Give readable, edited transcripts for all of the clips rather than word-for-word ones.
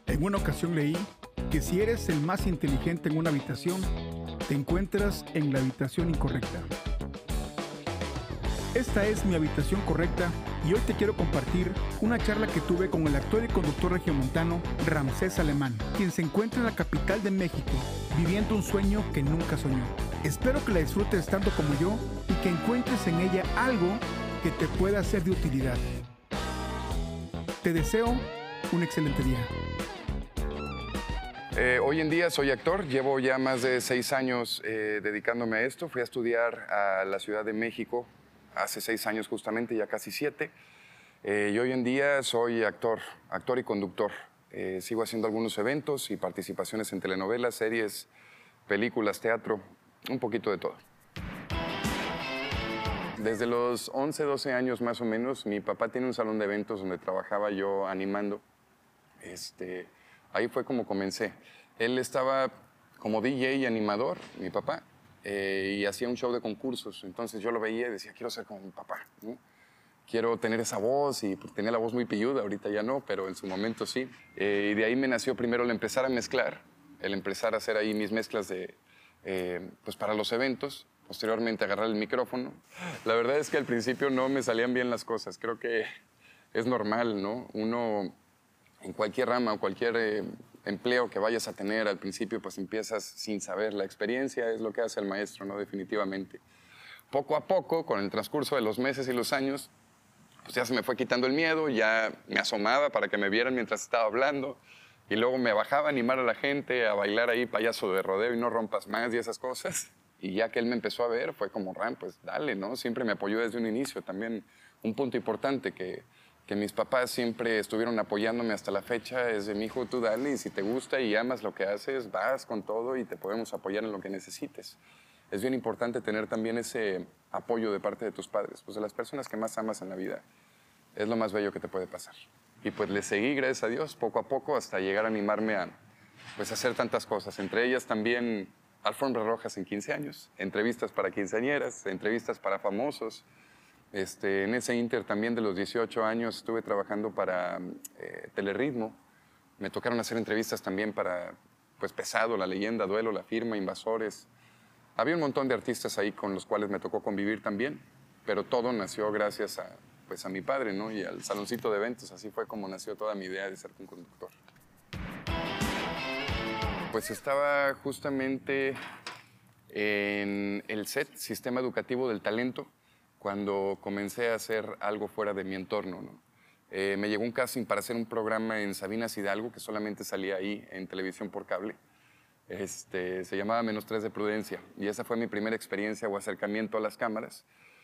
En una ocasión leí que si eres el más inteligente en una habitación, te encuentras en la habitación incorrecta. Esta es mi habitación correcta y hoy te quiero compartir una charla que tuve con el actor y conductor regiomontano Ramsés Alemán, quien se encuentra en la capital de México, viviendo un sueño que nunca soñó. Espero que la disfrutes tanto como yo y que encuentres en ella algo que te pueda ser de utilidad. Te deseo un excelente día. Hoy en día soy actor, llevo ya más de 6 años dedicándome a esto. Fui a estudiar a la Ciudad de México hace 6 años justamente, ya casi 7. Y hoy en día soy actor y conductor. Sigo haciendo algunos eventos y participaciones en telenovelas, series, películas, teatro, un poquito de todo. Desde los 11, 12 años más o menos, mi papá tiene un salón de eventos donde trabajaba yo animando. Ahí fue como comencé. Él estaba como DJ y animador, mi papá, y hacía un show de concursos. Entonces yo lo veía y decía, quiero ser como mi papá, ¿no? Quiero tener esa voz, y tenía la voz muy pilluda, ahorita ya no, pero en su momento sí. Y de ahí me nació primero el empezar a mezclar, el empezar a hacer ahí mis mezclas pues para los eventos. Posteriormente agarrar el micrófono. La verdad es que al principio no me salían bien las cosas. Creo que es normal, ¿no? Uno, en cualquier rama o cualquier empleo que vayas a tener, al principio pues empiezas sin saber. La experiencia es lo que hace el maestro, ¿no? Definitivamente. Poco a poco, con el transcurso de los meses y los años, pues ya se me fue quitando el miedo, ya me asomaba para que me vieran mientras estaba hablando, y luego me bajaba a animar a la gente, a bailar ahí payaso de rodeo y no rompas más y esas cosas. Y ya que él me empezó a ver, fue como, Ram, pues dale, ¿no? Siempre me apoyó desde un inicio. También un punto importante que mis papás siempre estuvieron apoyándome hasta la fecha es de, mi hijo, tú dale, y si te gusta y amas lo que haces, vas con todo y te podemos apoyar en lo que necesites. Es bien importante tener también ese apoyo de parte de tus padres, pues de las personas que más amas en la vida. Es lo más bello que te puede pasar. Y pues le seguí, gracias a Dios, poco a poco, hasta llegar a animarme a pues, hacer tantas cosas. Entre ellas también alfombras rojas en 15 años, entrevistas para quinceañeras, entrevistas para famosos. En ese inter también de los 18 años estuve trabajando para Telerritmo. Me tocaron hacer entrevistas también para pues, Pesado, La Leyenda, Duelo, La Firma, Invasores. Había un montón de artistas ahí con los cuales me tocó convivir también, pero todo nació gracias a mi padre, ¿no? Y al saloncito de eventos. Así fue como nació toda mi idea de ser un conductor. Pues estaba justamente en el set Sistema Educativo del Talento cuando comencé a hacer algo fuera de mi entorno, ¿no? Me llegó un casting para hacer un programa en Sabinas Hidalgo que solamente salía ahí en televisión por cable. Se llamaba Menos 3 de Prudencia, y esa fue mi primera experiencia o acercamiento a las cámaras.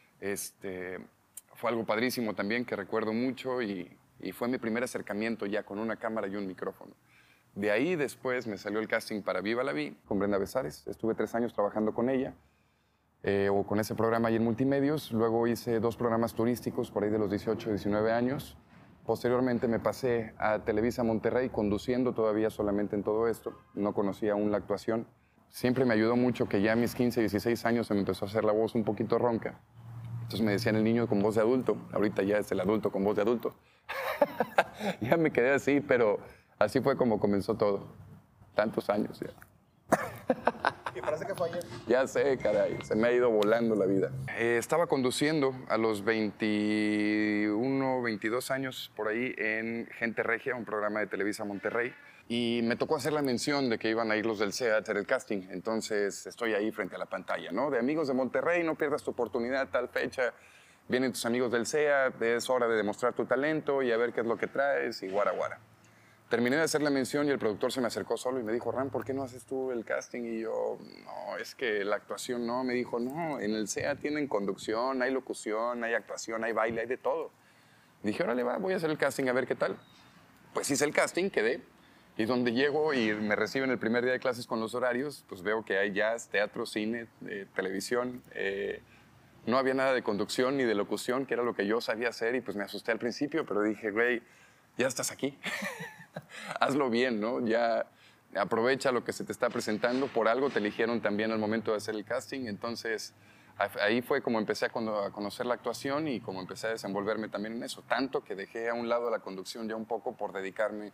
Fue algo padrísimo también que recuerdo mucho, y fue mi primer acercamiento ya con una cámara y un micrófono. De ahí después me salió el casting para Viva la Vi con Brenda Besares. Estuve 3 años trabajando con ella, o con ese programa ahí en Multimedios. Luego hice 2 programas turísticos por ahí de los 18, 19 años. Posteriormente me pasé a Televisa Monterrey, conduciendo todavía solamente en todo esto. No conocía aún la actuación. Siempre me ayudó mucho que ya a mis 15, 16 años se me empezó a hacer la voz un poquito ronca. Entonces me decían el niño con voz de adulto. Ahorita ya es el adulto con voz de adulto. Ya me quedé así, pero así fue como comenzó todo. Tantos años ya. Y parece que fue ayer. Ya sé, caray, se me ha ido volando la vida. Estaba conduciendo a los 21, 22 años por ahí en Gente Regia, un programa de Televisa Monterrey. Y me tocó hacer la mención de que iban a ir los del CEA a hacer el casting. Entonces estoy ahí frente a la pantalla, ¿no? De amigos de Monterrey, no pierdas tu oportunidad, tal fecha. Vienen tus amigos del CEA, es hora de demostrar tu talento y a ver qué es lo que traes y guara guara. Terminé de hacer la mención y el productor se me acercó solo y me dijo, Ram, ¿por qué no haces tú el casting? Y yo, no, es que la actuación no. Me dijo, no, en el CEA tienen conducción, hay locución, hay actuación, hay baile, hay de todo. Y dije, órale, va, voy a hacer el casting a ver qué tal. Pues hice el casting, quedé. Y donde llego y me reciben el primer día de clases con los horarios, pues veo que hay jazz, teatro, cine, televisión. No había nada de conducción ni de locución, que era lo que yo sabía hacer, y pues me asusté al principio, pero dije, güey, ya estás aquí. Hazlo bien, ¿no? Ya aprovecha lo que se te está presentando. Por algo te eligieron también al momento de hacer el casting. Entonces, ahí fue como empecé a conocer la actuación y como empecé a desenvolverme también en eso. Tanto que dejé a un lado la conducción ya un poco por dedicarme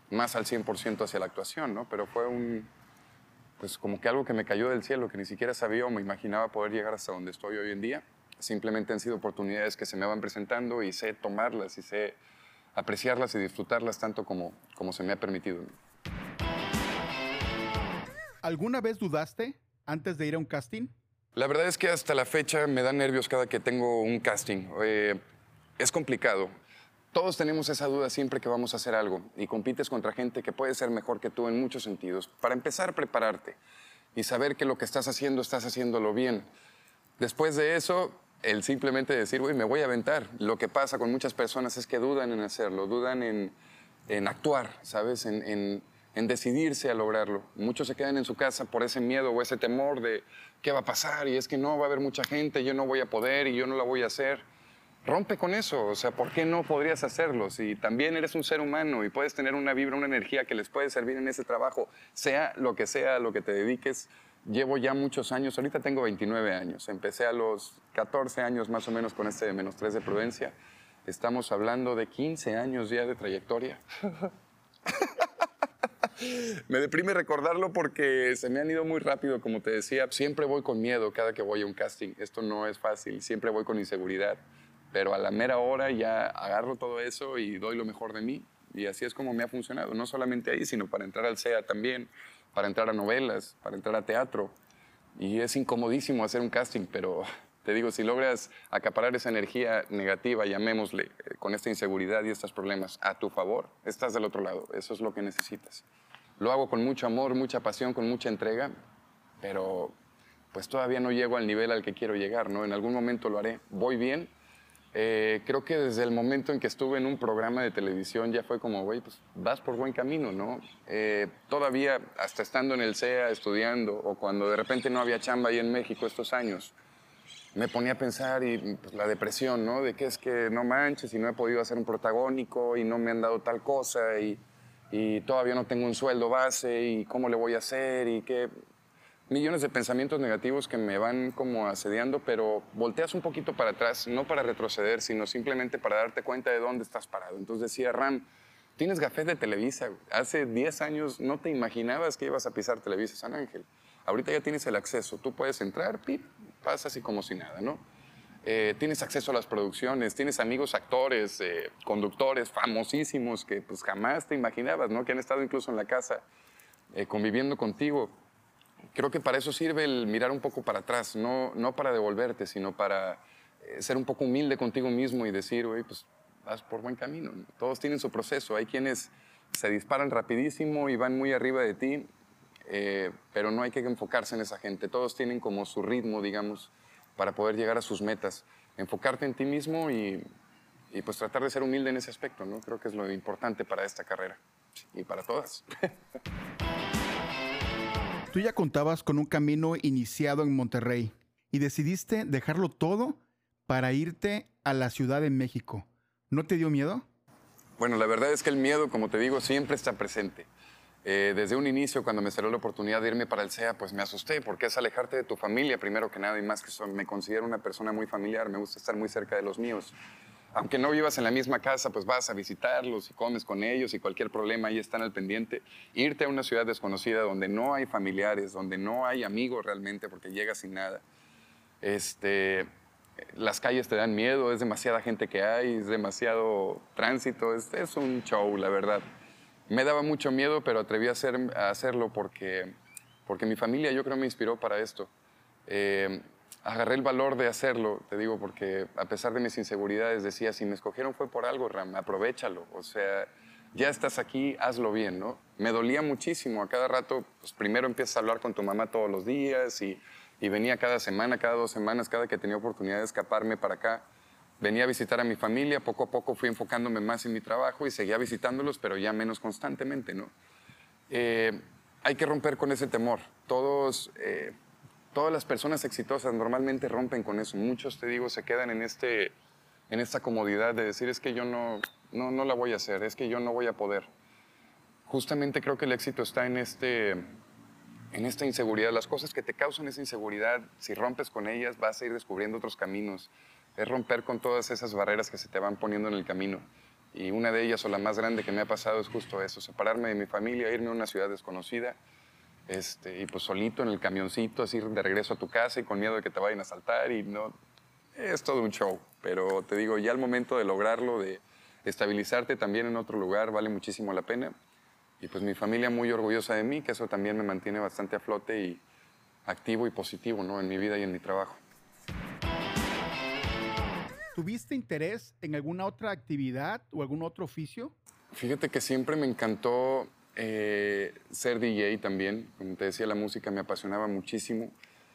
más al 100% hacia la actuación, ¿no? Pero fue pues como que algo que me cayó del cielo, que ni siquiera sabía o me imaginaba poder llegar hasta donde estoy hoy en día. Simplemente han sido oportunidades que se me van presentando y sé tomarlas y sé apreciarlas y disfrutarlas tanto como se me ha permitido. ¿Alguna vez dudaste antes de ir a un casting? La verdad es que hasta la fecha me da nervios cada que tengo un casting. Es complicado. Todos tenemos esa duda siempre que vamos a hacer algo y compites contra gente que puede ser mejor que tú en muchos sentidos. Para empezar, prepararte y saber que lo que estás haciéndolo bien. Después de eso, el simplemente decir, uy, me voy a aventar. Lo que pasa con muchas personas es que dudan en hacerlo, dudan en actuar, ¿sabes? En decidirse a lograrlo. Muchos se quedan en su casa por ese miedo o ese temor de qué va a pasar y es que no va a haber mucha gente, yo no voy a poder y yo no la voy a hacer. Rompe con eso, o sea, ¿por qué no podrías hacerlo? Si también eres un ser humano y puedes tener una vibra, una energía que les puede servir en ese trabajo, sea lo que te dediques. Llevo ya muchos años, ahorita tengo 29 años, empecé a los 14 años más o menos con este -3 de prudencia. Estamos hablando de 15 años ya de trayectoria. Me deprime recordarlo porque se me han ido muy rápido, como te decía. Siempre voy con miedo cada que voy a un casting. Esto no es fácil, siempre voy con inseguridad. Pero a la mera hora ya agarro todo eso y doy lo mejor de mí. Y así es como me ha funcionado. No solamente ahí, sino para entrar al CEA también, para entrar a novelas, para entrar a teatro. Y es incomodísimo hacer un casting, pero te digo, si logras acaparar esa energía negativa, llamémosle, con esta inseguridad y estos problemas a tu favor, estás del otro lado. Eso es lo que necesitas. Lo hago con mucho amor, mucha pasión, con mucha entrega, pero pues todavía no llego al nivel al que quiero llegar, ¿no? En algún momento lo haré. Voy bien. Creo que desde el momento en que estuve en un programa de televisión ya fue como, güey, pues vas por buen camino, ¿no? Todavía, hasta estando en el CEA, estudiando, o cuando de repente no había chamba ahí en México estos años, me ponía a pensar y pues, la depresión, ¿no? De que es que no manches y no he podido hacer un protagónico y no me han dado tal cosa y todavía no tengo un sueldo base y cómo le voy a hacer y qué... Millones de pensamientos negativos que me van como asediando, pero volteas un poquito para atrás, no para retroceder, sino simplemente para darte cuenta de dónde estás parado. Entonces decía, Ram, tienes gafés de Televisa. Hace 10 años no te imaginabas que ibas a pisar Televisa San Ángel. Ahorita ya tienes el acceso. Tú puedes entrar, pip, pasas y como si nada, ¿no? Tienes acceso a las producciones, tienes amigos actores, conductores famosísimos que pues jamás te imaginabas, ¿no? Que han estado incluso en la casa conviviendo contigo. Creo que para eso sirve el mirar un poco para atrás, no para devolverte, sino para ser un poco humilde contigo mismo y decir, oye, pues vas por buen camino, ¿no? Todos tienen su proceso. Hay quienes se disparan rapidísimo y van muy arriba de ti, pero no hay que enfocarse en esa gente. Todos tienen como su ritmo, digamos, para poder llegar a sus metas. Enfocarte en ti mismo y pues tratar de ser humilde en ese aspecto, ¿no? Creo que es lo importante para esta carrera y para todas. Tú ya contabas con un camino iniciado en Monterrey y decidiste dejarlo todo para irte a la Ciudad de México. ¿No te dio miedo? Bueno, la verdad es que el miedo, como te digo, siempre está presente. Desde un inicio, cuando me salió la oportunidad de irme para el CEA, pues me asusté, porque es alejarte de tu familia, primero que nada, y más que me considero una persona muy familiar, me gusta estar muy cerca de los míos. Aunque no vivas en la misma casa, pues vas a visitarlos y comes con ellos y cualquier problema ahí están al pendiente. Irte a una ciudad desconocida donde no hay familiares, donde no hay amigos realmente, porque llegas sin nada. Las calles te dan miedo, es demasiada gente que hay, es demasiado tránsito, es un show, la verdad. Me daba mucho miedo, pero atreví a hacerlo porque mi familia yo creo me inspiró para esto. Agarré el valor de hacerlo, te digo, porque a pesar de mis inseguridades decía, si me escogieron fue por algo, Ram, aprovéchalo. O sea, ya estás aquí, hazlo bien, ¿no? Me dolía muchísimo. A cada rato, pues primero empiezas a hablar con tu mamá todos los días y venía cada semana, cada 2 semanas, cada que tenía oportunidad de escaparme para acá. Venía a visitar a mi familia, poco a poco fui enfocándome más en mi trabajo y seguía visitándolos, pero ya menos constantemente, ¿no? Hay que romper con ese temor. Todas las personas exitosas normalmente rompen con eso. Muchos, te digo, se quedan en esta comodidad de decir, es que yo no la voy a hacer, es que yo no voy a poder. Justamente creo que el éxito está en esta inseguridad. Las cosas que te causan esa inseguridad, si rompes con ellas, vas a ir descubriendo otros caminos. Es romper con todas esas barreras que se te van poniendo en el camino. Y una de ellas, o la más grande que me ha pasado, es justo eso, separarme de mi familia, irme a una ciudad desconocida, y pues solito en el camioncito, así de regreso a tu casa y con miedo de que te vayan a asaltar y no... Es todo un show, pero te digo, ya al momento de lograrlo, de estabilizarte también en otro lugar, vale muchísimo la pena. Y pues mi familia muy orgullosa de mí, que eso también me mantiene bastante a flote y activo y positivo, ¿no? En mi vida y en mi trabajo. ¿Tuviste interés en alguna otra actividad o algún otro oficio? Fíjate que siempre me encantó ser DJ también. Como te decía, la música me apasionaba muchísimo.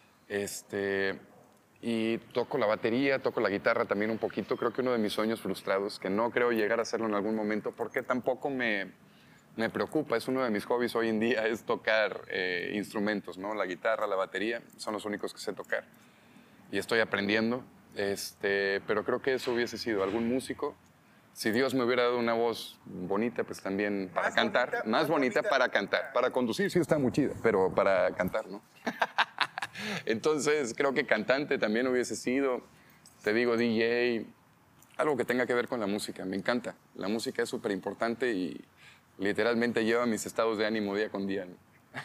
Y toco la batería, toco la guitarra también un poquito. Creo que uno de mis sueños frustrados, que no creo llegar a hacerlo en algún momento, porque tampoco me preocupa. Es uno de mis hobbies hoy en día, es tocar instrumentos, ¿no? La guitarra, la batería, son los únicos que sé tocar. Y estoy aprendiendo. Pero creo que eso hubiese sido algún músico. Si Dios me hubiera dado una voz bonita, pues también para cantar. Más bonita para cantar. Para conducir sí está muy chida, pero para cantar, ¿no? Entonces, creo que cantante también hubiese sido. Te digo, DJ, algo que tenga que ver con la música. Me encanta. La música es súper importante y literalmente lleva mis estados de ánimo día con día, ¿no?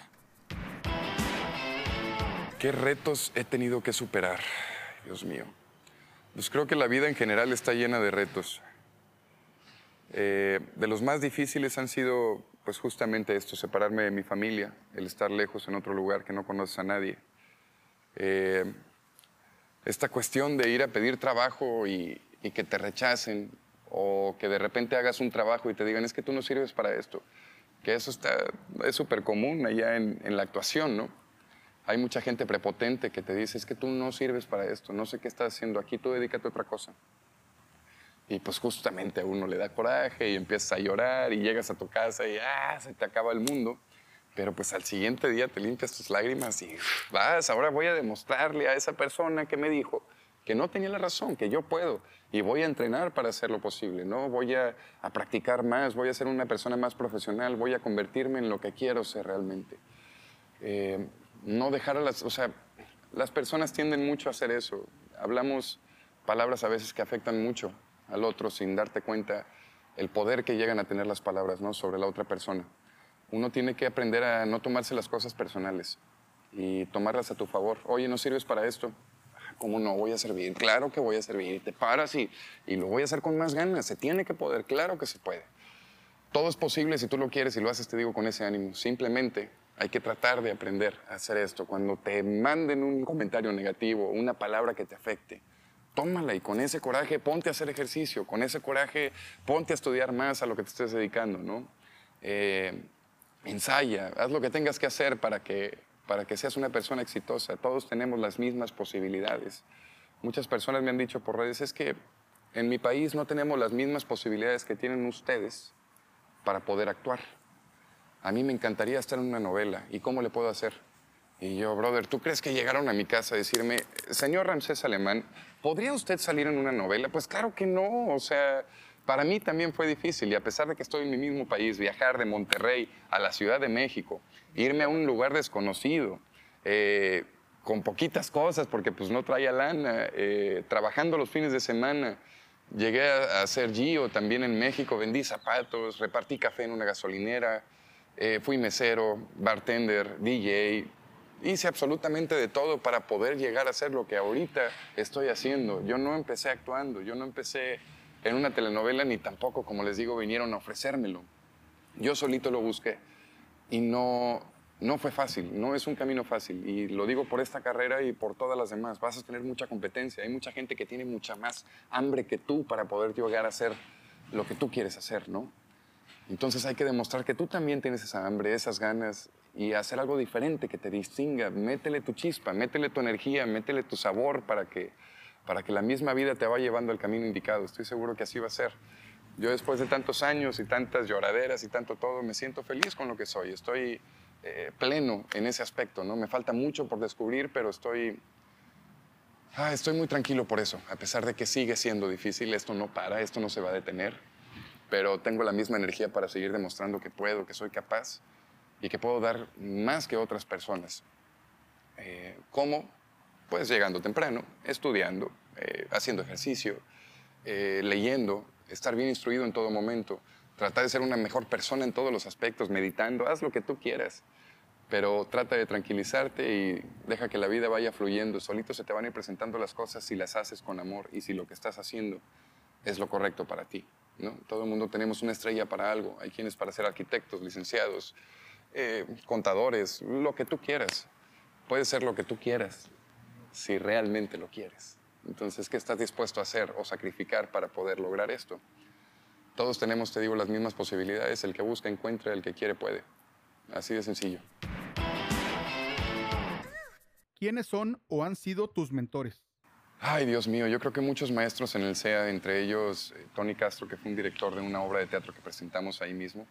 ¿Qué retos he tenido que superar? Dios mío. Pues creo que la vida en general está llena de retos. De los más difíciles han sido, pues justamente esto, separarme de mi familia, el estar lejos en otro lugar que no conoces a nadie. Esta cuestión de ir a pedir trabajo y que te rechacen, o que de repente hagas un trabajo y te digan, es que tú no sirves para esto. Que eso es súper común allá en la actuación, ¿no? Hay mucha gente prepotente que te dice, es que tú no sirves para esto, no sé qué estás haciendo aquí, tú dedícate a otra cosa. Y pues justamente a uno le da coraje y empiezas a llorar y llegas a tu casa y se te acaba el mundo. Pero pues al siguiente día te limpias tus lágrimas y vas, ahora voy a demostrarle a esa persona que me dijo que no tenía la razón, que yo puedo. Y voy a entrenar para hacer lo posible, ¿no? Voy a practicar más, voy a ser una persona más profesional, voy a convertirme en lo que quiero ser realmente. No dejar a las... O sea, las personas tienden mucho a hacer eso. Hablamos palabras a veces que afectan mucho al otro sin darte cuenta el poder que llegan a tener las palabras, ¿no? Sobre la otra persona. Uno tiene que aprender a no tomarse las cosas personales y tomarlas a tu favor. Oye, ¿no sirves para esto? ¿Cómo no voy a servir? Claro que voy a servir. Y te paras y lo voy a hacer con más ganas. Se tiene que poder, claro que se puede. Todo es posible si tú lo quieres y lo haces, te digo, con ese ánimo. Simplemente hay que tratar de aprender a hacer esto. Cuando te manden un comentario negativo, una palabra que te afecte, tómala y con ese coraje ponte a hacer ejercicio. Con ese coraje ponte a estudiar más a lo que te estés dedicando, ¿no? Ensaya, haz lo que tengas que hacer para que seas una persona exitosa. Todos tenemos las mismas posibilidades. Muchas personas me han dicho por redes, es que en mi país no tenemos las mismas posibilidades que tienen ustedes para poder actuar. A mí me encantaría estar en una novela. ¿Y cómo le puedo hacer? Y yo, brother, ¿tú crees que llegaron a mi casa a decirme, señor Ramsés Alemán, ¿podría usted salir en una novela? Pues claro que no. O sea, para mí también fue difícil. Y a pesar de que estoy en mi mismo país, viajar de Monterrey a la Ciudad de México, irme a un lugar desconocido, con poquitas cosas, porque pues no traía lana, trabajando los fines de semana. Llegué a ser Gio también en México, vendí zapatos, repartí café en una gasolinera, fui mesero, bartender, DJ. Hice absolutamente de todo para poder llegar a hacer lo que ahorita estoy haciendo. Yo no empecé actuando, yo no empecé en una telenovela, ni tampoco, como les digo, vinieron a ofrecérmelo. Yo solito lo busqué y no fue fácil, no es un camino fácil. Y lo digo por esta carrera y por todas las demás. Vas a tener mucha competencia, hay mucha gente que tiene mucha más hambre que tú para poder llegar a hacer lo que tú quieres hacer, ¿no? Entonces hay que demostrar que tú también tienes esa hambre, esas ganas y hacer algo diferente que te distinga. Métele tu chispa, métele tu energía, métele tu sabor para que la misma vida te vaya llevando al camino indicado. Estoy seguro que así va a ser. Yo después de tantos años y tantas lloraderas y tanto todo, me siento feliz con lo que soy. Estoy pleno en ese aspecto, ¿no? Me falta mucho por descubrir, pero estoy muy tranquilo por eso. A pesar de que sigue siendo difícil, esto no para, esto no se va a detener. Pero tengo la misma energía para seguir demostrando que puedo, que soy capaz y que puedo dar más que otras personas. ¿Cómo? Pues llegando temprano, estudiando, haciendo ejercicio, leyendo, estar bien instruido en todo momento, tratar de ser una mejor persona en todos los aspectos, meditando, haz lo que tú quieras, pero trata de tranquilizarte y deja que la vida vaya fluyendo. Solito se te van a ir presentando las cosas si las haces con amor y si lo que estás haciendo es lo correcto para ti, ¿no? Todo el mundo tenemos una estrella para algo. Hay quienes para ser arquitectos, licenciados, contadores, lo que tú quieras. Puede ser lo que tú quieras, si realmente lo quieres. Entonces, ¿qué estás dispuesto a hacer o sacrificar para poder lograr esto? Todos tenemos, te digo, las mismas posibilidades. El que busca, encuentra. El que quiere, puede. Así de sencillo. ¿Quiénes son o han sido tus mentores? Ay, Dios mío, yo creo que muchos maestros en el CEA, entre ellos Tony Castro, que fue un director de una obra de teatro que presentamos ahí mismo,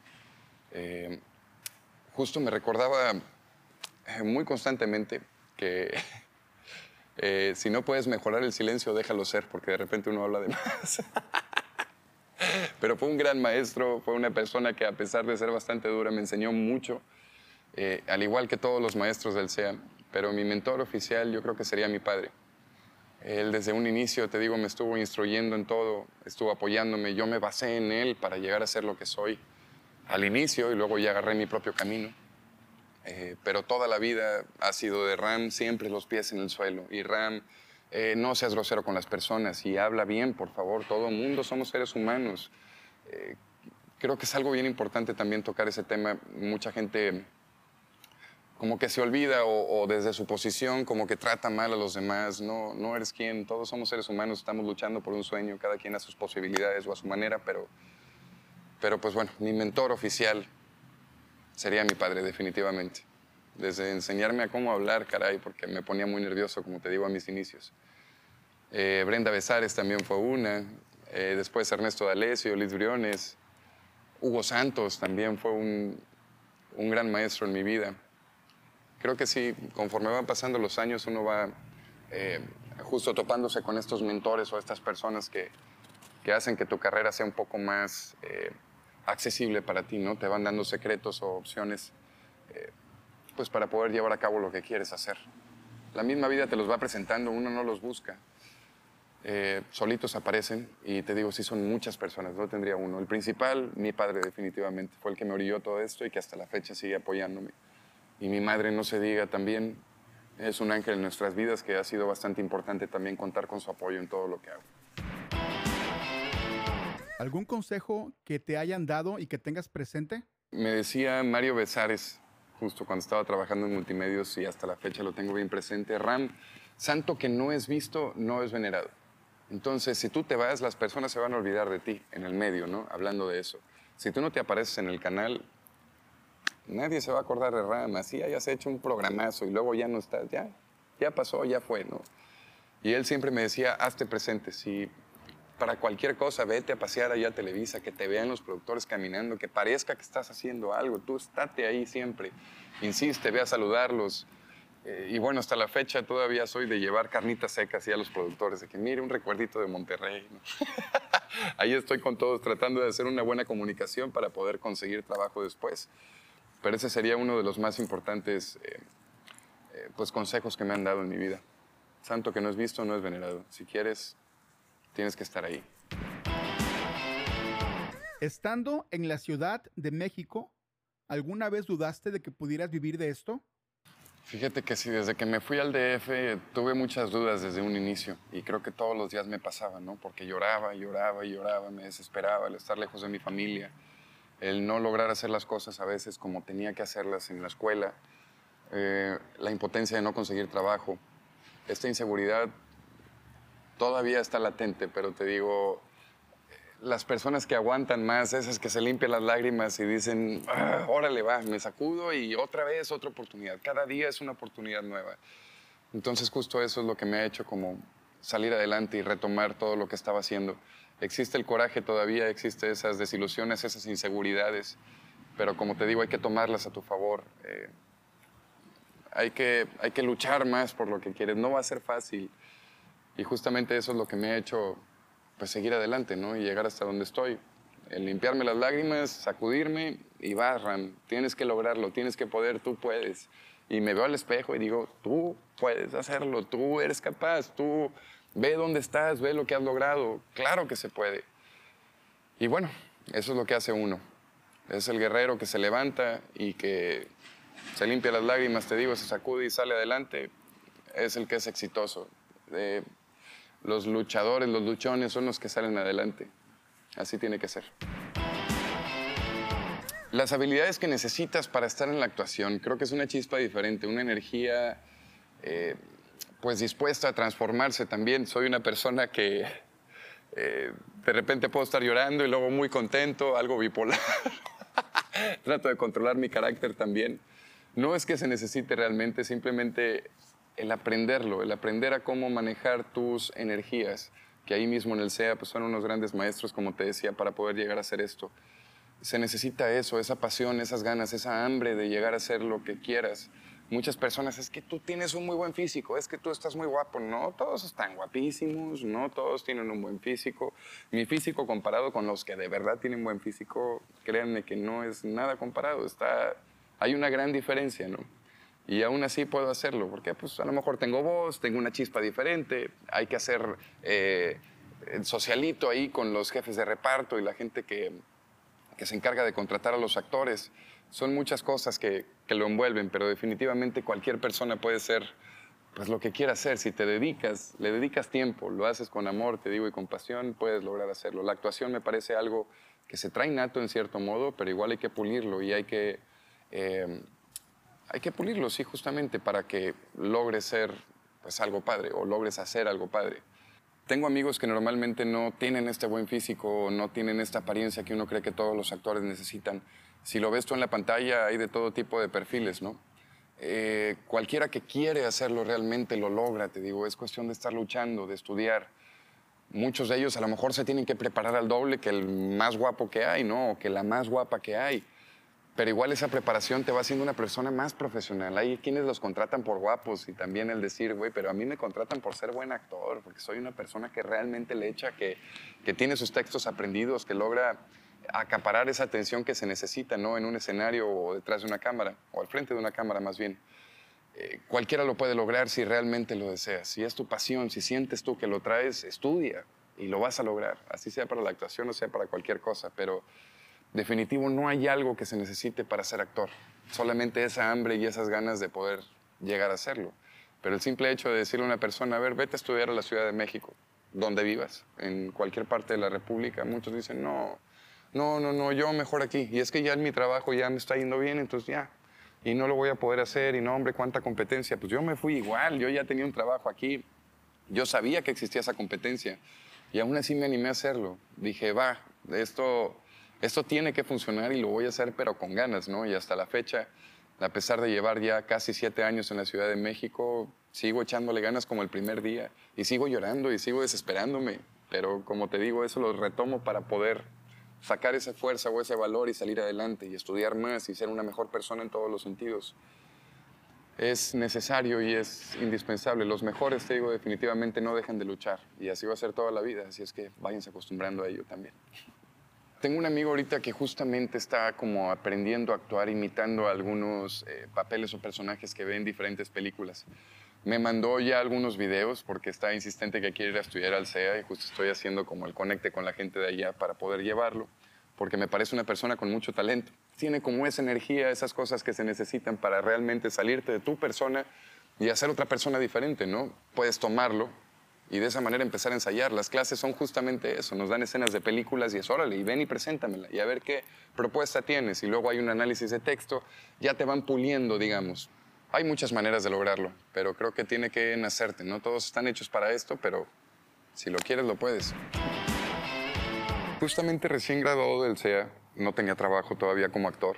justo me recordaba muy constantemente que si no puedes mejorar el silencio, déjalo ser, porque de repente uno habla de más. Pero fue un gran maestro, fue una persona que a pesar de ser bastante dura me enseñó mucho, al igual que todos los maestros del CEA, pero mi mentor oficial yo creo que sería mi padre. Él desde un inicio, te digo, me estuvo instruyendo en todo, estuvo apoyándome, yo me basé en él para llegar a ser lo que soy al inicio y luego ya agarré mi propio camino. Pero toda la vida ha sido de Ram, siempre los pies en el suelo. Y Ram, no seas grosero con las personas y habla bien, por favor. Todo el mundo somos seres humanos. Creo que es algo bien importante también tocar ese tema. Mucha gente como que se olvida o desde su posición como que trata mal a los demás. No, no eres quien, todos somos seres humanos, estamos luchando por un sueño, cada quien a sus posibilidades o a su manera, pero pues bueno, mi mentor oficial sería mi padre, definitivamente. Desde enseñarme a cómo hablar, caray, porque me ponía muy nervioso, como te digo, a mis inicios. Brenda Besares también fue una. Después Ernesto D'Alessio, Liz Briones. Hugo Santos también fue un gran maestro en mi vida. Creo que sí, conforme van pasando los años, uno va justo topándose con estos mentores o estas personas que hacen que tu carrera sea un poco más accesible para ti, ¿no? Te van dando secretos o opciones pues para poder llevar a cabo lo que quieres hacer. La misma vida te los va presentando, uno no los busca. Solitos aparecen y te digo, sí son muchas personas, no tendría uno. El principal, mi padre definitivamente, fue el que me orilló todo esto y que hasta la fecha sigue apoyándome. Y mi madre, no se diga, también es un ángel en nuestras vidas que ha sido bastante importante también contar con su apoyo en todo lo que hago. ¿Algún consejo que te hayan dado y que tengas presente? Me decía Mario Besares, justo cuando estaba trabajando en multimedios y hasta la fecha lo tengo bien presente, Ram, santo que no es visto, no es venerado. Entonces, si tú te vas, las personas se van a olvidar de ti en el medio, ¿no? Hablando de eso. Si tú no te apareces en el canal, nadie se va a acordar de Ram. Así hayas hecho un programazo y luego ya no estás, ya pasó, ya fue, ¿no? Y él siempre me decía, hazte presente. Si para cualquier cosa, vete a pasear allá a Televisa, que te vean los productores caminando, que parezca que estás haciendo algo. Tú estate ahí siempre. Insiste, ve a saludarlos. Y bueno, hasta la fecha todavía soy de llevar carnitas secas y a los productores, de que mire un recuerdito de Monterrey, ¿no? Ahí estoy con todos tratando de hacer una buena comunicación para poder conseguir trabajo después. Pero ese sería uno de los más importantes pues, consejos que me han dado en mi vida. Santo que no es visto, no es venerado. Si quieres, tienes que estar ahí. Estando en la Ciudad de México, ¿alguna vez dudaste de que pudieras vivir de esto? Fíjate que sí, desde que me fui al DF tuve muchas dudas desde un inicio y creo que todos los días me pasaba, ¿no? Porque lloraba y lloraba y lloraba, me desesperaba el estar lejos de mi familia, el no lograr hacer las cosas a veces como tenía que hacerlas en la escuela, la impotencia de no conseguir trabajo. Esta inseguridad todavía está latente, pero te digo, las personas que aguantan más, esas que se limpian las lágrimas y dicen, órale, va, me sacudo y otra vez otra oportunidad. Cada día es una oportunidad nueva. Entonces justo eso es lo que me ha hecho como salir adelante y retomar todo lo que estaba haciendo. Existe el coraje todavía, existe esas desilusiones, esas inseguridades, pero como te digo, hay que tomarlas a tu favor. Hay que luchar más por lo que quieres. No va a ser fácil. Y justamente eso es lo que me ha hecho pues seguir adelante, ¿no? Y llegar hasta donde estoy. El limpiarme las lágrimas, sacudirme y vas, Ram. Tienes que lograrlo, tienes que poder, tú puedes. Y me veo al espejo y digo, tú puedes hacerlo, tú eres capaz, tú ve dónde estás, ve lo que has logrado. Claro que se puede. Y bueno, eso es lo que hace uno. Es el guerrero que se levanta y que se limpia las lágrimas, te digo, se sacude y sale adelante. Es el que es exitoso. Los luchadores, los luchones son los que salen adelante. Así tiene que ser. Las habilidades que necesitas para estar en la actuación, creo que es una chispa diferente, una energía pues dispuesta a transformarse también. Soy una persona que de repente puedo estar llorando y luego muy contento, algo bipolar. Trato de controlar mi carácter también. No es que se necesite realmente, simplemente el aprenderlo, el aprender a cómo manejar tus energías, que ahí mismo en el CEA pues son unos grandes maestros, como te decía, para poder llegar a hacer esto. Se necesita eso, esa pasión, esas ganas, esa hambre de llegar a hacer lo que quieras. Muchas personas, es que tú tienes un muy buen físico, es que tú estás muy guapo. No, todos están guapísimos, no todos tienen un buen físico. Mi físico comparado con los que de verdad tienen buen físico, créanme que no es nada comparado. Hay una gran diferencia, ¿no? Y aún así puedo hacerlo, porque pues, a lo mejor tengo voz, tengo una chispa diferente, hay que hacer el socialito ahí con los jefes de reparto y la gente que se encarga de contratar a los actores. Son muchas cosas que lo envuelven, pero definitivamente cualquier persona puede ser pues, lo que quiera hacer. Si te dedicas, le dedicas tiempo, lo haces con amor, te digo, y con pasión, puedes lograr hacerlo. La actuación me parece algo que se trae nato en cierto modo, pero igual hay que pulirlo y hay que pulirlo, sí, justamente para que logres ser pues, algo padre o logres hacer algo padre. Tengo amigos que normalmente no tienen este buen físico, no tienen esta apariencia que uno cree que todos los actores necesitan. Si lo ves tú en la pantalla, hay de todo tipo de perfiles, ¿no? Cualquiera que quiere hacerlo realmente lo logra, te digo. Es cuestión de estar luchando, de estudiar. Muchos de ellos a lo mejor se tienen que preparar al doble que el más guapo que hay, ¿no? O que la más guapa que hay. Pero igual esa preparación te va haciendo una persona más profesional. Hay quienes los contratan por guapos y también el decir, güey, pero a mí me contratan por ser buen actor, porque soy una persona que realmente le echa, que tiene sus textos aprendidos, que logra acaparar esa atención que se necesita, ¿no? En un escenario o detrás de una cámara, o al frente de una cámara más bien. Cualquiera lo puede lograr si realmente lo deseas. Si es tu pasión, si sientes tú que lo traes, estudia y lo vas a lograr. Así sea para la actuación o sea para cualquier cosa, pero definitivo, no hay algo que se necesite para ser actor. Solamente esa hambre y esas ganas de poder llegar a hacerlo. Pero el simple hecho de decirle a una persona, a ver, vete a estudiar a la Ciudad de México, donde vivas, en cualquier parte de la República, muchos dicen, no, yo mejor aquí. Y es que ya en mi trabajo ya me está yendo bien, entonces ya. Y no lo voy a poder hacer, y no, hombre, cuánta competencia. Pues yo me fui igual, yo ya tenía un trabajo aquí. Yo sabía que existía esa competencia. Y aún así me animé a hacerlo. Dije, va, esto tiene que funcionar y lo voy a hacer, pero con ganas, ¿no? Y hasta la fecha, a pesar de llevar ya casi 7 años en la Ciudad de México, sigo echándole ganas como el primer día. Y sigo llorando y sigo desesperándome. Pero como te digo, eso lo retomo para poder sacar esa fuerza o ese valor y salir adelante y estudiar más y ser una mejor persona en todos los sentidos. Es necesario y es indispensable. Los mejores, te digo, definitivamente no dejan de luchar. Y así va a ser toda la vida. Así es que váyanse acostumbrando a ello también. Tengo un amigo ahorita que justamente está como aprendiendo a actuar, imitando algunos papeles o personajes que ve en diferentes películas. Me mandó ya algunos videos porque está insistente que quiere ir a estudiar al CEA y justo estoy haciendo como el conecte con la gente de allá para poder llevarlo, porque me parece una persona con mucho talento. Tiene como esa energía, esas cosas que se necesitan para realmente salirte de tu persona y hacer otra persona diferente, ¿no? Puedes tomarlo y de esa manera empezar a ensayar. Las clases son justamente eso, nos dan escenas de películas y es órale, y ven y preséntamela y a ver qué propuesta tienes. Y luego hay un análisis de texto, ya te van puliendo, digamos. Hay muchas maneras de lograrlo, pero creo que tiene que nacerte. No todos están hechos para esto, pero si lo quieres, lo puedes. Justamente recién graduado del CEA, no tenía trabajo todavía como actor.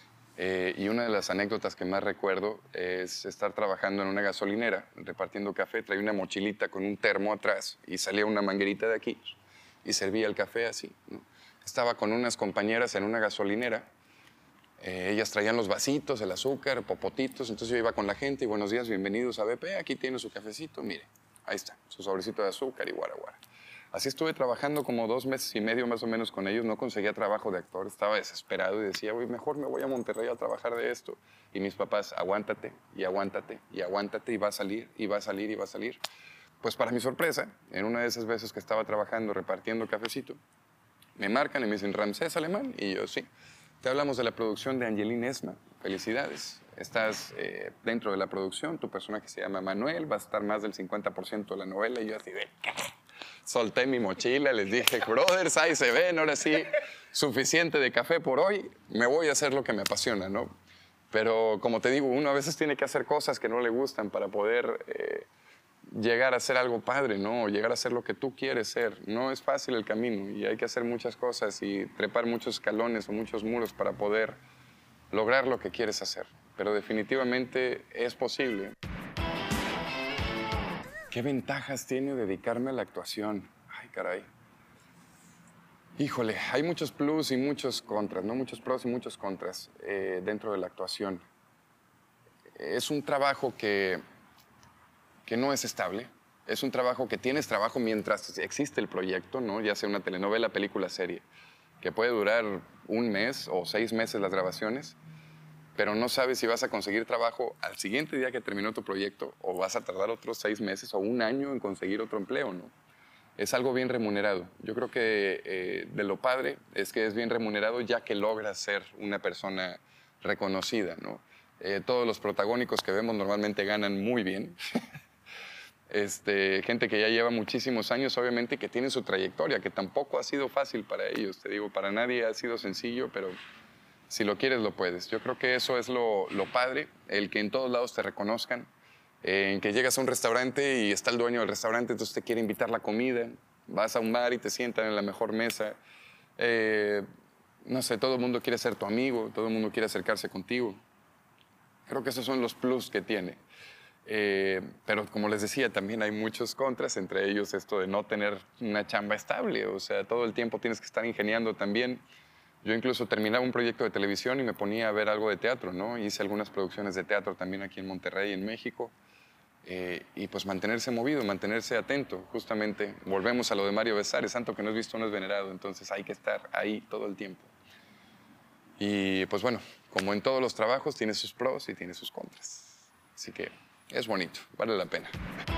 Y una de las anécdotas que más recuerdo es estar trabajando en una gasolinera, repartiendo café. Traía una mochilita con un termo atrás y salía una manguerita de aquí y servía el café así, ¿no? Estaba con unas compañeras en una gasolinera. Ellas traían los vasitos, el azúcar, popotitos. Entonces yo iba con la gente y buenos días, bienvenidos a BP. Aquí tiene su cafecito, mire, ahí está, su sobrecito de azúcar y guara. Así estuve trabajando como 2 meses y medio más o menos con ellos. No conseguía trabajo de actor, estaba desesperado y decía, güey, mejor me voy a Monterrey a trabajar de esto. Y mis papás, aguántate y aguántate y aguántate y va a salir y va a salir y va a salir. Pues para mi sorpresa, en una de esas veces que estaba trabajando repartiendo cafecito, Me marcan y me dicen, Ramsés Alemán, y yo, sí. Te hablamos de la producción de Angeline Esma. Felicidades. Estás dentro de la producción, tu personaje se llama Manuel, vas a estar más del 50% de la novela. Y yo así de... Solté mi mochila, les dije, brothers, ahí se ven, ahora sí, suficiente de café por hoy, me voy a hacer lo que me apasiona, ¿no? Pero como te digo, uno a veces tiene que hacer cosas que no le gustan para poder llegar a ser algo padre, ¿no? O llegar a ser lo que tú quieres ser. No es fácil el camino y hay que hacer muchas cosas y trepar muchos escalones o muchos muros para poder lograr lo que quieres hacer. Pero definitivamente es posible. ¿Qué ventajas tiene dedicarme a la actuación? Ay, caray. Híjole, hay muchos plus y muchos contras, ¿no? Muchos pros y muchos contras dentro de la actuación. Es un trabajo que no es estable. Es un trabajo que tienes trabajo mientras existe el proyecto, ¿no? Ya sea una telenovela, película, serie, que puede durar 1 mes o 6 meses las grabaciones, pero no sabes si vas a conseguir trabajo al siguiente día que terminó tu proyecto o vas a tardar otros 6 meses o 1 año en conseguir otro empleo, ¿no? Es algo bien remunerado. Yo creo que de lo padre es que es bien remunerado ya que logras ser una persona reconocida, ¿no? Todos los protagónicos que vemos normalmente ganan muy bien. Gente que ya lleva muchísimos años, obviamente, que tiene su trayectoria, que tampoco ha sido fácil para ellos. Te digo, para nadie ha sido sencillo, pero si lo quieres, lo puedes. Yo creo que eso es lo padre, el que en todos lados te reconozcan, en que llegas a un restaurante y está el dueño del restaurante, entonces te quiere invitar la comida, vas a un bar y te sientan en la mejor mesa. No sé, todo el mundo quiere ser tu amigo, todo el mundo quiere acercarse contigo. Creo que esos son los plus que tiene. Pero como les decía, también hay muchos contras, entre ellos esto de no tener una chamba estable, o sea, todo el tiempo tienes que estar ingeniando también. Yo incluso terminaba un proyecto de televisión y me ponía a ver algo de teatro, ¿no? Hice algunas producciones de teatro también aquí en Monterrey, en México, y pues mantenerse movido, mantenerse atento, justamente. Volvemos a lo de Mario Besares, santo que no es visto no es venerado, entonces hay que estar ahí todo el tiempo. Y pues bueno, como en todos los trabajos, tiene sus pros y tiene sus contras. Así que es bonito, vale la pena.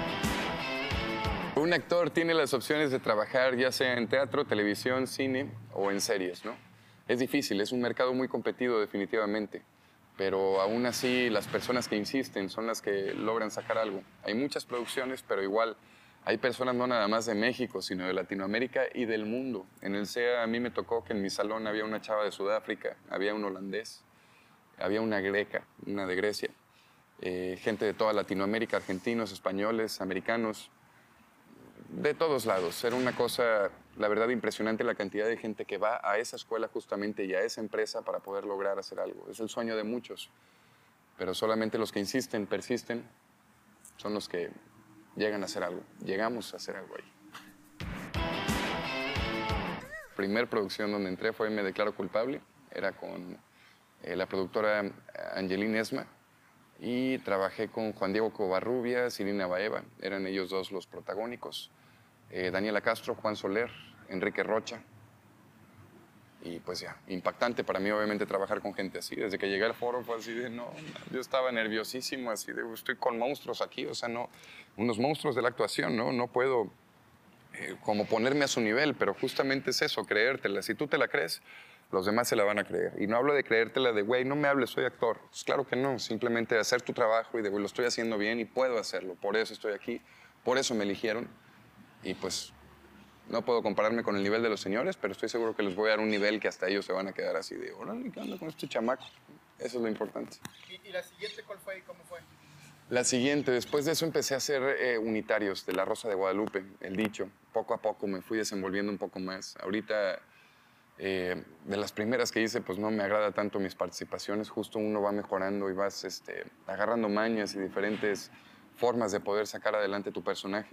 Un actor tiene las opciones de trabajar ya sea en teatro, televisión, cine o en series, ¿no? Es difícil, es un mercado muy competido definitivamente, pero aún así las personas que insisten son las que logran sacar algo. Hay muchas producciones, pero igual hay personas no nada más de México, sino de Latinoamérica y del mundo. En el CEA a mí me tocó que en mi salón había una chava de Sudáfrica, había un holandés, había una greca, una de Grecia. Gente de toda Latinoamérica, argentinos, españoles, americanos, de todos lados. Era una cosa, la verdad, impresionante la cantidad de gente que va a esa escuela justamente y a esa empresa para poder lograr hacer algo. Es el sueño de muchos, pero solamente los que insisten, persisten, son los que llegan a hacer algo. Llegamos a hacer algo ahí. La primera producción donde entré fue Me Declaro Culpable. Era con la productora Angeline Esma. Y trabajé con Juan Diego Covarrubias y Lina Baeva, eran ellos dos los protagónicos. Daniela Castro, Juan Soler, Enrique Rocha. Y pues ya, impactante para mí obviamente trabajar con gente así. Desde que llegué al foro fue así de, no, yo estaba nerviosísimo, así de, estoy con monstruos aquí, o sea, no, unos monstruos de la actuación, ¿no? No puedo como ponerme a su nivel, pero justamente es eso, creértela. Si tú te la crees, los demás se la van a creer. Y no hablo de creértela de, güey, no me hables, soy actor. Pues claro que no, simplemente hacer tu trabajo y de, güey, lo estoy haciendo bien y puedo hacerlo. Por eso estoy aquí, por eso me eligieron. Y pues no puedo compararme con el nivel de los señores, pero estoy seguro que les voy a dar un nivel que hasta ellos se van a quedar así de, órale, ¿qué onda con este chamaco? Eso es lo importante. ¿Y la siguiente cuál fue y cómo fue? La siguiente, después de eso empecé a hacer unitarios de La Rosa de Guadalupe, El Dicho. Poco a poco me fui desenvolviendo un poco más. Ahorita... de las primeras que hice, pues no me agrada tanto mis participaciones, justo uno va mejorando y vas agarrando mañas y diferentes formas de poder sacar adelante tu personaje.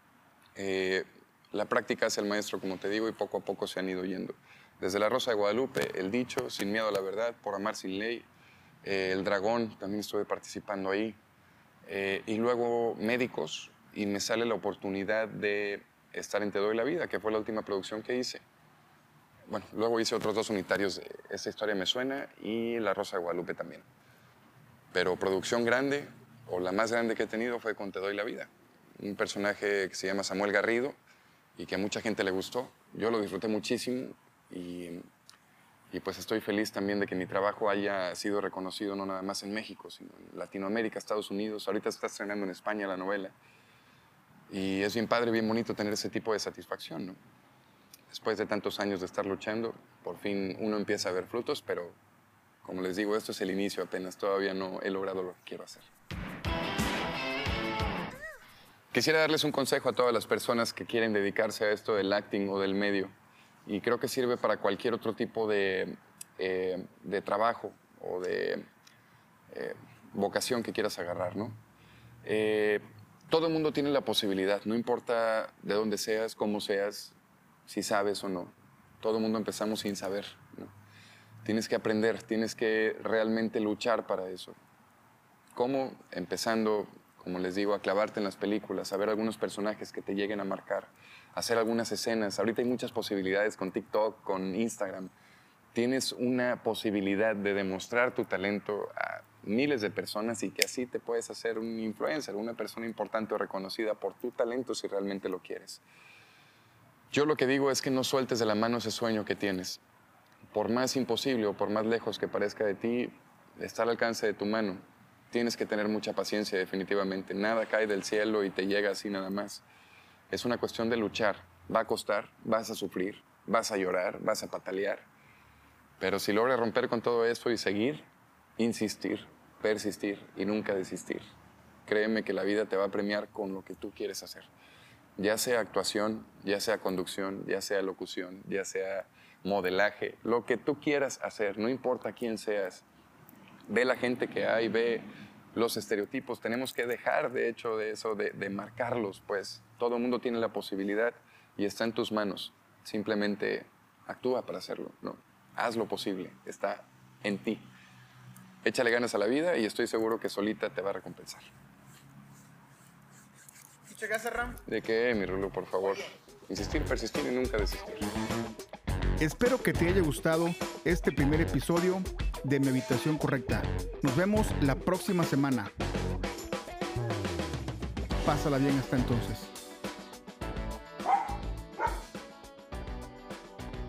La práctica es el maestro, como te digo, y poco a poco se han ido yendo. Desde La Rosa de Guadalupe, El Dicho, Sin Miedo a la Verdad, Por Amar Sin Ley, El Dragón, también estuve participando ahí, y luego Médicos, y me sale la oportunidad de estar en Te Doy la Vida, que fue la última producción que hice. Bueno, luego hice otros 2 unitarios de Esta Historia Me Suena y La Rosa de Guadalupe también. Pero producción grande, o la más grande que he tenido, fue con Te Doy la Vida. Un personaje que se llama Samuel Garrido y que a mucha gente le gustó. Yo lo disfruté muchísimo. Y pues estoy feliz también de que mi trabajo haya sido reconocido no nada más en México, sino en Latinoamérica, Estados Unidos. Ahorita se está estrenando en España la novela. Y es bien padre, bien bonito tener ese tipo de satisfacción, ¿no? Después de tantos años de estar luchando, por fin uno empieza a ver frutos, pero como les digo, esto es el inicio apenas. Todavía no he logrado lo que quiero hacer. Quisiera darles un consejo a todas las personas que quieren dedicarse a esto del acting o del medio. Y creo que sirve para cualquier otro tipo de trabajo o de vocación que quieras agarrar, ¿no? Todo el mundo tiene la posibilidad, no importa de dónde seas, cómo seas, si sabes o no. Todo el mundo empezamos sin saber, ¿no? Tienes que aprender, tienes que realmente luchar para eso. ¿Cómo? Empezando, como les digo, a clavarte en las películas, a ver algunos personajes que te lleguen a marcar, hacer algunas escenas. Ahorita hay muchas posibilidades con TikTok, con Instagram. Tienes una posibilidad de demostrar tu talento a miles de personas y que así te puedes hacer un influencer, una persona importante o reconocida por tu talento si realmente lo quieres. Yo lo que digo es que no sueltes de la mano ese sueño que tienes. Por más imposible o por más lejos que parezca de ti, está al alcance de tu mano. Tienes que tener mucha paciencia, definitivamente. Nada cae del cielo y te llega así nada más. Es una cuestión de luchar. Va a costar, vas a sufrir, vas a llorar, vas a patalear. Pero si logras romper con todo eso y seguir, insistir, persistir y nunca desistir, créeme que la vida te va a premiar con lo que tú quieres hacer. Ya sea actuación, ya sea conducción, ya sea locución, ya sea modelaje, lo que tú quieras hacer, no importa quién seas. Ve la gente que hay, ve los estereotipos. Tenemos que dejar, de hecho, de eso, de marcarlos, pues. Todo el mundo tiene la posibilidad y está en tus manos. Simplemente actúa para hacerlo, ¿no? Haz lo posible, está en ti. Échale ganas a la vida y estoy seguro que solita te va a recompensar. Muchas gracias, Ram. ¿De qué, mi Rulo, por favor? Insistir, persistir y nunca desistir. Espero que te haya gustado este primer episodio de Mi Habitación Correcta. Nos vemos la próxima semana. Pásala bien hasta entonces.